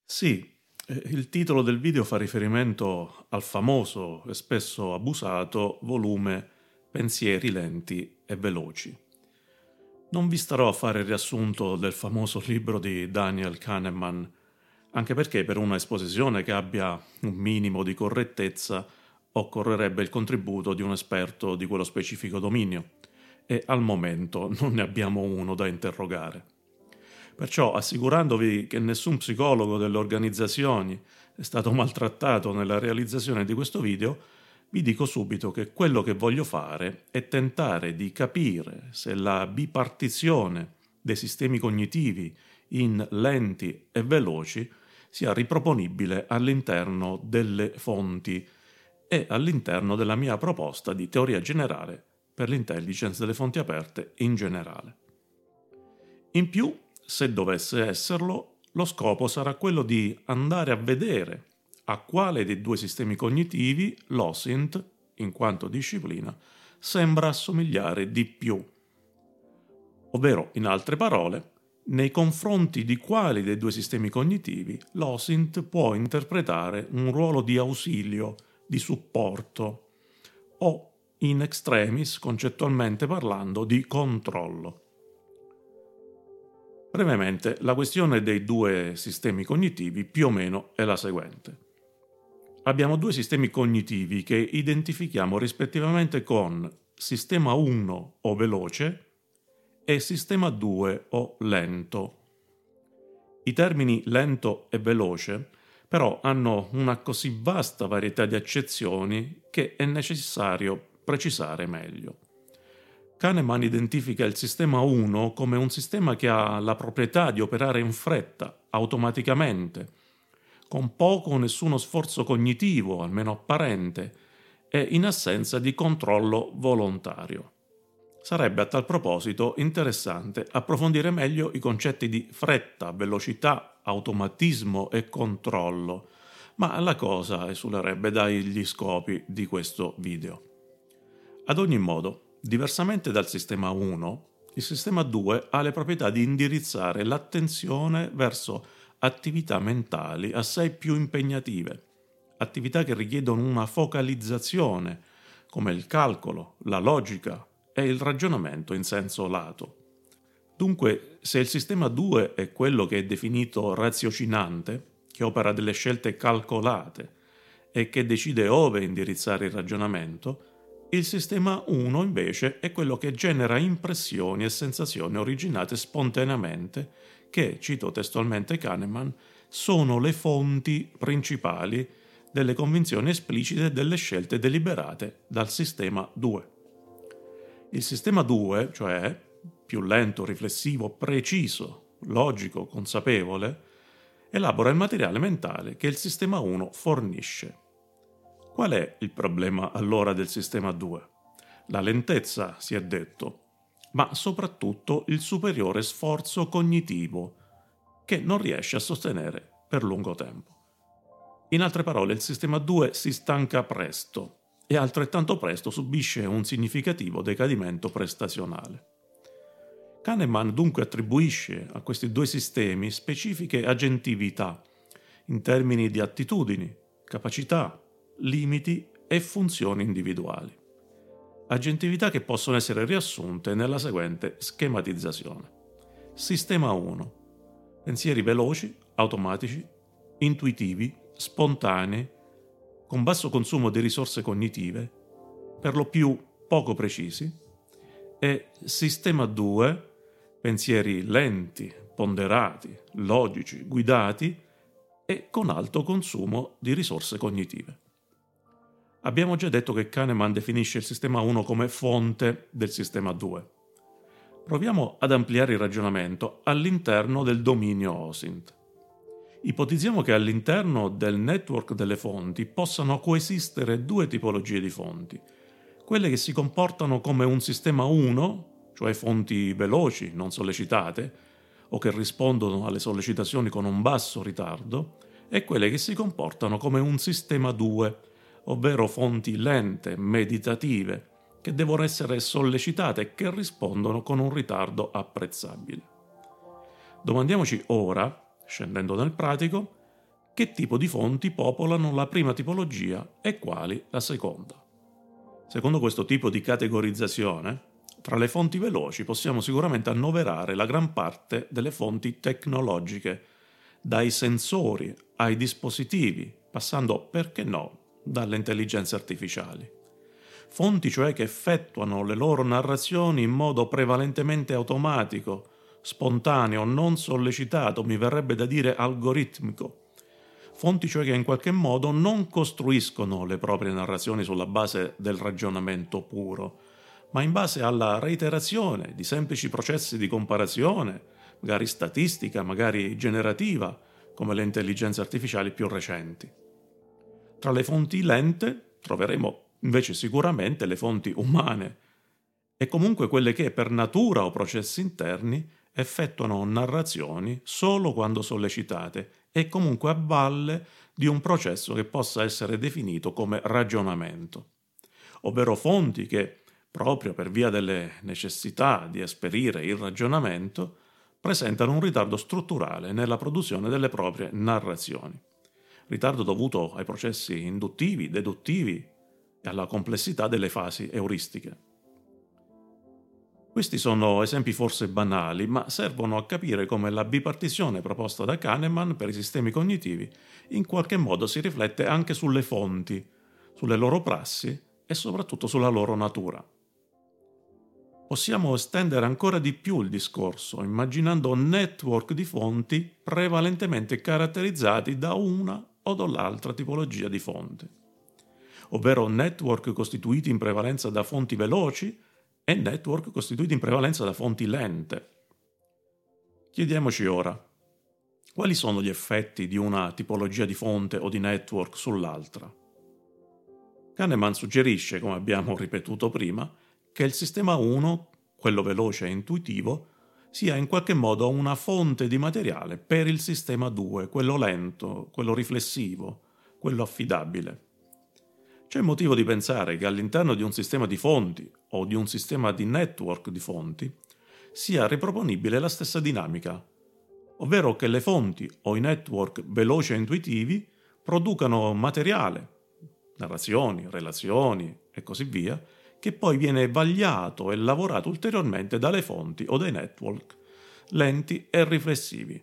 Sì, il titolo del video fa riferimento al famoso e spesso abusato volume Pensieri lenti e veloci. Non vi starò a fare il riassunto del famoso libro di Daniel Kahneman, anche perché per una esposizione che abbia un minimo di correttezza occorrerebbe il contributo di un esperto di quello specifico dominio, e al momento non ne abbiamo uno da interrogare. Perciò, assicurandovi che nessun psicologo delle organizzazioni è stato maltrattato nella realizzazione di questo video, vi dico subito che quello che voglio fare è tentare di capire se la bipartizione dei sistemi cognitivi in lenti e veloci sia riproponibile all'interno delle fonti e all'interno della mia proposta di teoria generale per l'intelligence delle fonti aperte in generale. In più, se dovesse esserlo, lo scopo sarà quello di andare a vedere a quale dei due sistemi cognitivi l'OSINT, in quanto disciplina, sembra assomigliare di più. Ovvero, in altre parole, nei confronti di quali dei due sistemi cognitivi l'OSINT può interpretare un ruolo di ausilio, di supporto, o, in extremis, concettualmente parlando, di controllo. Brevemente, la questione dei due sistemi cognitivi più o meno è la seguente. Abbiamo due sistemi cognitivi che identifichiamo rispettivamente con sistema 1 o veloce e sistema 2 o lento. I termini lento e veloce però hanno una così vasta varietà di accezioni che è necessario precisare meglio. Kahneman identifica il sistema 1 come un sistema che ha la proprietà di operare in fretta, automaticamente, con poco o nessuno sforzo cognitivo, almeno apparente, e in assenza di controllo volontario. Sarebbe a tal proposito interessante approfondire meglio i concetti di fretta, velocità, automatismo e controllo, ma la cosa esulerebbe dagli scopi di questo video. Ad ogni modo, diversamente dal sistema 1, il sistema 2 ha le proprietà di indirizzare l'attenzione verso attività mentali assai più impegnative, attività che richiedono una focalizzazione, come il calcolo, la logica e il ragionamento in senso lato. Dunque, se il sistema 2 è quello che è definito raziocinante, che opera delle scelte calcolate e che decide ove indirizzare il ragionamento, il sistema 1 invece è quello che genera impressioni e sensazioni originate spontaneamente che, cito testualmente Kahneman, sono le fonti principali delle convinzioni esplicite e delle scelte deliberate dal sistema 2. Il sistema 2, cioè più lento, riflessivo, preciso, logico, consapevole, elabora il materiale mentale che il sistema 1 fornisce. Qual è il problema allora del sistema 2? La lentezza, si è detto, ma soprattutto il superiore sforzo cognitivo, che non riesce a sostenere per lungo tempo. In altre parole, il sistema 2 si stanca presto e altrettanto presto subisce un significativo decadimento prestazionale. Kahneman dunque attribuisce a questi due sistemi specifiche agentività in termini di attitudini, capacità, limiti e funzioni individuali. Agentività che possono essere riassunte nella seguente schematizzazione. Sistema 1. Pensieri veloci, automatici, intuitivi, spontanei, con basso consumo di risorse cognitive, per lo più poco precisi, e sistema 2. Pensieri lenti, ponderati, logici, guidati e con alto consumo di risorse cognitive. Abbiamo già detto che Kahneman definisce il sistema 1 come fonte del sistema 2. Proviamo ad ampliare il ragionamento all'interno del dominio OSINT. Ipotizziamo che all'interno del network delle fonti possano coesistere due tipologie di fonti. Quelle che si comportano come un sistema 1, cioè fonti veloci, non sollecitate, o che rispondono alle sollecitazioni con un basso ritardo, e quelle che si comportano come un sistema 2, ovvero fonti lente, meditative, che devono essere sollecitate e che rispondono con un ritardo apprezzabile. Domandiamoci ora, scendendo nel pratico, che tipo di fonti popolano la prima tipologia e quali la seconda. Secondo questo tipo di categorizzazione, tra le fonti veloci possiamo sicuramente annoverare la gran parte delle fonti tecnologiche, dai sensori ai dispositivi, passando, perché no, dalle intelligenze artificiali. Fonti cioè che effettuano le loro narrazioni in modo prevalentemente automatico, spontaneo, non sollecitato, mi verrebbe da dire algoritmico. Fonti cioè che in qualche modo non costruiscono le proprie narrazioni sulla base del ragionamento puro, ma in base alla reiterazione di semplici processi di comparazione, magari statistica, magari generativa, come le intelligenze artificiali più recenti. Tra le fonti lente troveremo invece sicuramente le fonti umane e comunque quelle che per natura o processi interni effettuano narrazioni solo quando sollecitate e comunque a valle di un processo che possa essere definito come ragionamento, ovvero fonti che, proprio per via delle necessità di esperire il ragionamento, presentano un ritardo strutturale nella produzione delle proprie narrazioni. Ritardo dovuto ai processi induttivi, deduttivi e alla complessità delle fasi euristiche. Questi sono esempi forse banali, ma servono a capire come la bipartizione proposta da Kahneman per i sistemi cognitivi in qualche modo si riflette anche sulle fonti, sulle loro prassi e soprattutto sulla loro natura. Possiamo estendere ancora di più il discorso, immaginando network di fonti prevalentemente caratterizzati da una o dall'altra tipologia di fonte, ovvero network costituiti in prevalenza da fonti veloci e network costituiti in prevalenza da fonti lente. Chiediamoci ora, quali sono gli effetti di una tipologia di fonte o di network sull'altra? Kahneman suggerisce, come abbiamo ripetuto prima, che il sistema 1, quello veloce e intuitivo, sia in qualche modo una fonte di materiale per il sistema 2, quello lento, quello riflessivo, quello affidabile. C'è motivo di pensare che all'interno di un sistema di fonti o di un sistema di network di fonti sia riproponibile la stessa dinamica, ovvero che le fonti o i network veloci e intuitivi producano materiale, narrazioni, relazioni e così via, che poi viene vagliato e lavorato ulteriormente dalle fonti o dai network lenti e riflessivi.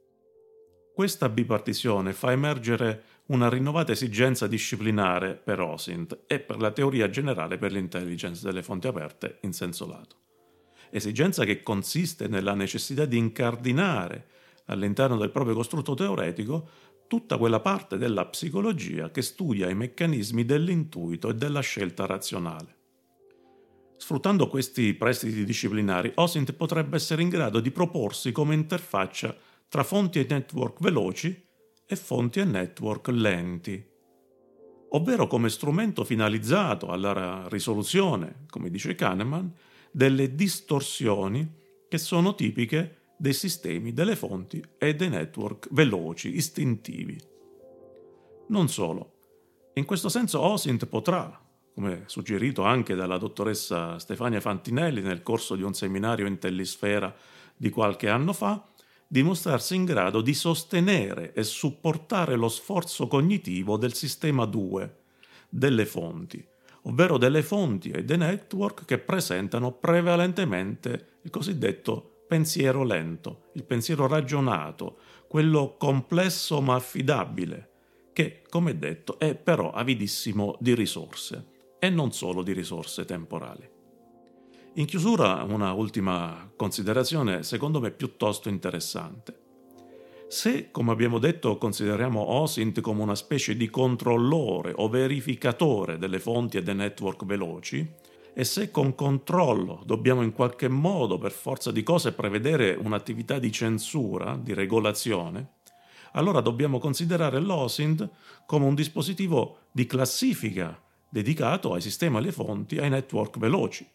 Questa bipartizione fa emergere una rinnovata esigenza disciplinare per OSINT e per la teoria generale per l'intelligence delle fonti aperte in senso lato. Esigenza che consiste nella necessità di incardinare all'interno del proprio costrutto teoretico tutta quella parte della psicologia che studia i meccanismi dell'intuito e della scelta razionale. Sfruttando questi prestiti disciplinari, OSINT potrebbe essere in grado di proporsi come interfaccia tra fonti e network veloci e fonti e network lenti, ovvero come strumento finalizzato alla risoluzione, come dice Kahneman, delle distorsioni che sono tipiche dei sistemi, delle fonti e dei network veloci, istintivi. Non solo. In questo senso OSINT potrà, come suggerito anche dalla dottoressa Stefania Fantinelli nel corso di un seminario in Tellisfera di qualche anno fa, dimostrarsi in grado di sostenere e supportare lo sforzo cognitivo del sistema 2, delle fonti, ovvero delle fonti e dei network che presentano prevalentemente il cosiddetto pensiero lento, il pensiero ragionato, quello complesso ma affidabile, che, come detto, è però avidissimo di risorse, e non solo di risorse temporali. In chiusura, una ultima considerazione, secondo me piuttosto interessante. Se, come abbiamo detto, consideriamo OSINT come una specie di controllore o verificatore delle fonti e dei network veloci, e se con controllo dobbiamo in qualche modo, per forza di cose, prevedere un'attività di censura, di regolazione, allora dobbiamo considerare l'OSINT come un dispositivo di classifica dedicato ai sistemi, alle fonti, ai network veloci.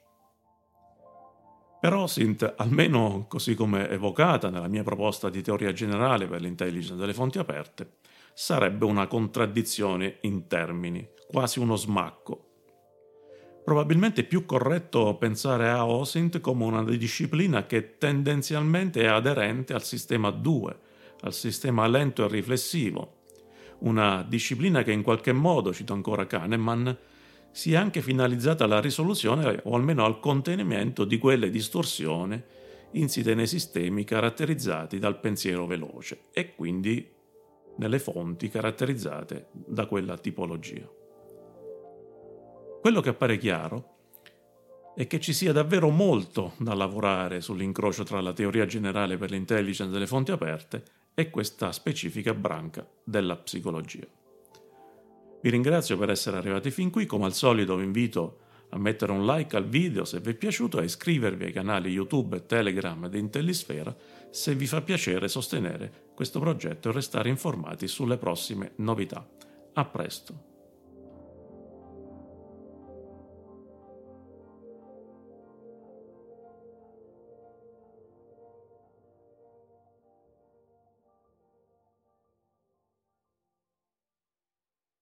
Per OSINT, almeno così come evocata nella mia proposta di teoria generale per l'intelligence delle fonti aperte, sarebbe una contraddizione in termini, quasi uno smacco. Probabilmente è più corretto pensare a OSINT come una disciplina che tendenzialmente è aderente al sistema 2, al sistema lento e riflessivo, una disciplina che in qualche modo, cito ancora Kahneman, sia anche finalizzata alla risoluzione o almeno al contenimento di quelle distorsioni insite nei sistemi caratterizzati dal pensiero veloce e quindi nelle fonti caratterizzate da quella tipologia. Quello che appare chiaro è che ci sia davvero molto da lavorare sull'incrocio tra la teoria generale per l'intelligence delle fonti aperte e questa specifica branca della psicologia. Vi ringrazio per essere arrivati fin qui, come al solito vi invito a mettere un like al video se vi è piaciuto e a iscrivervi ai canali YouTube e Telegram di Intellisfera se vi fa piacere sostenere questo progetto e restare informati sulle prossime novità. A presto!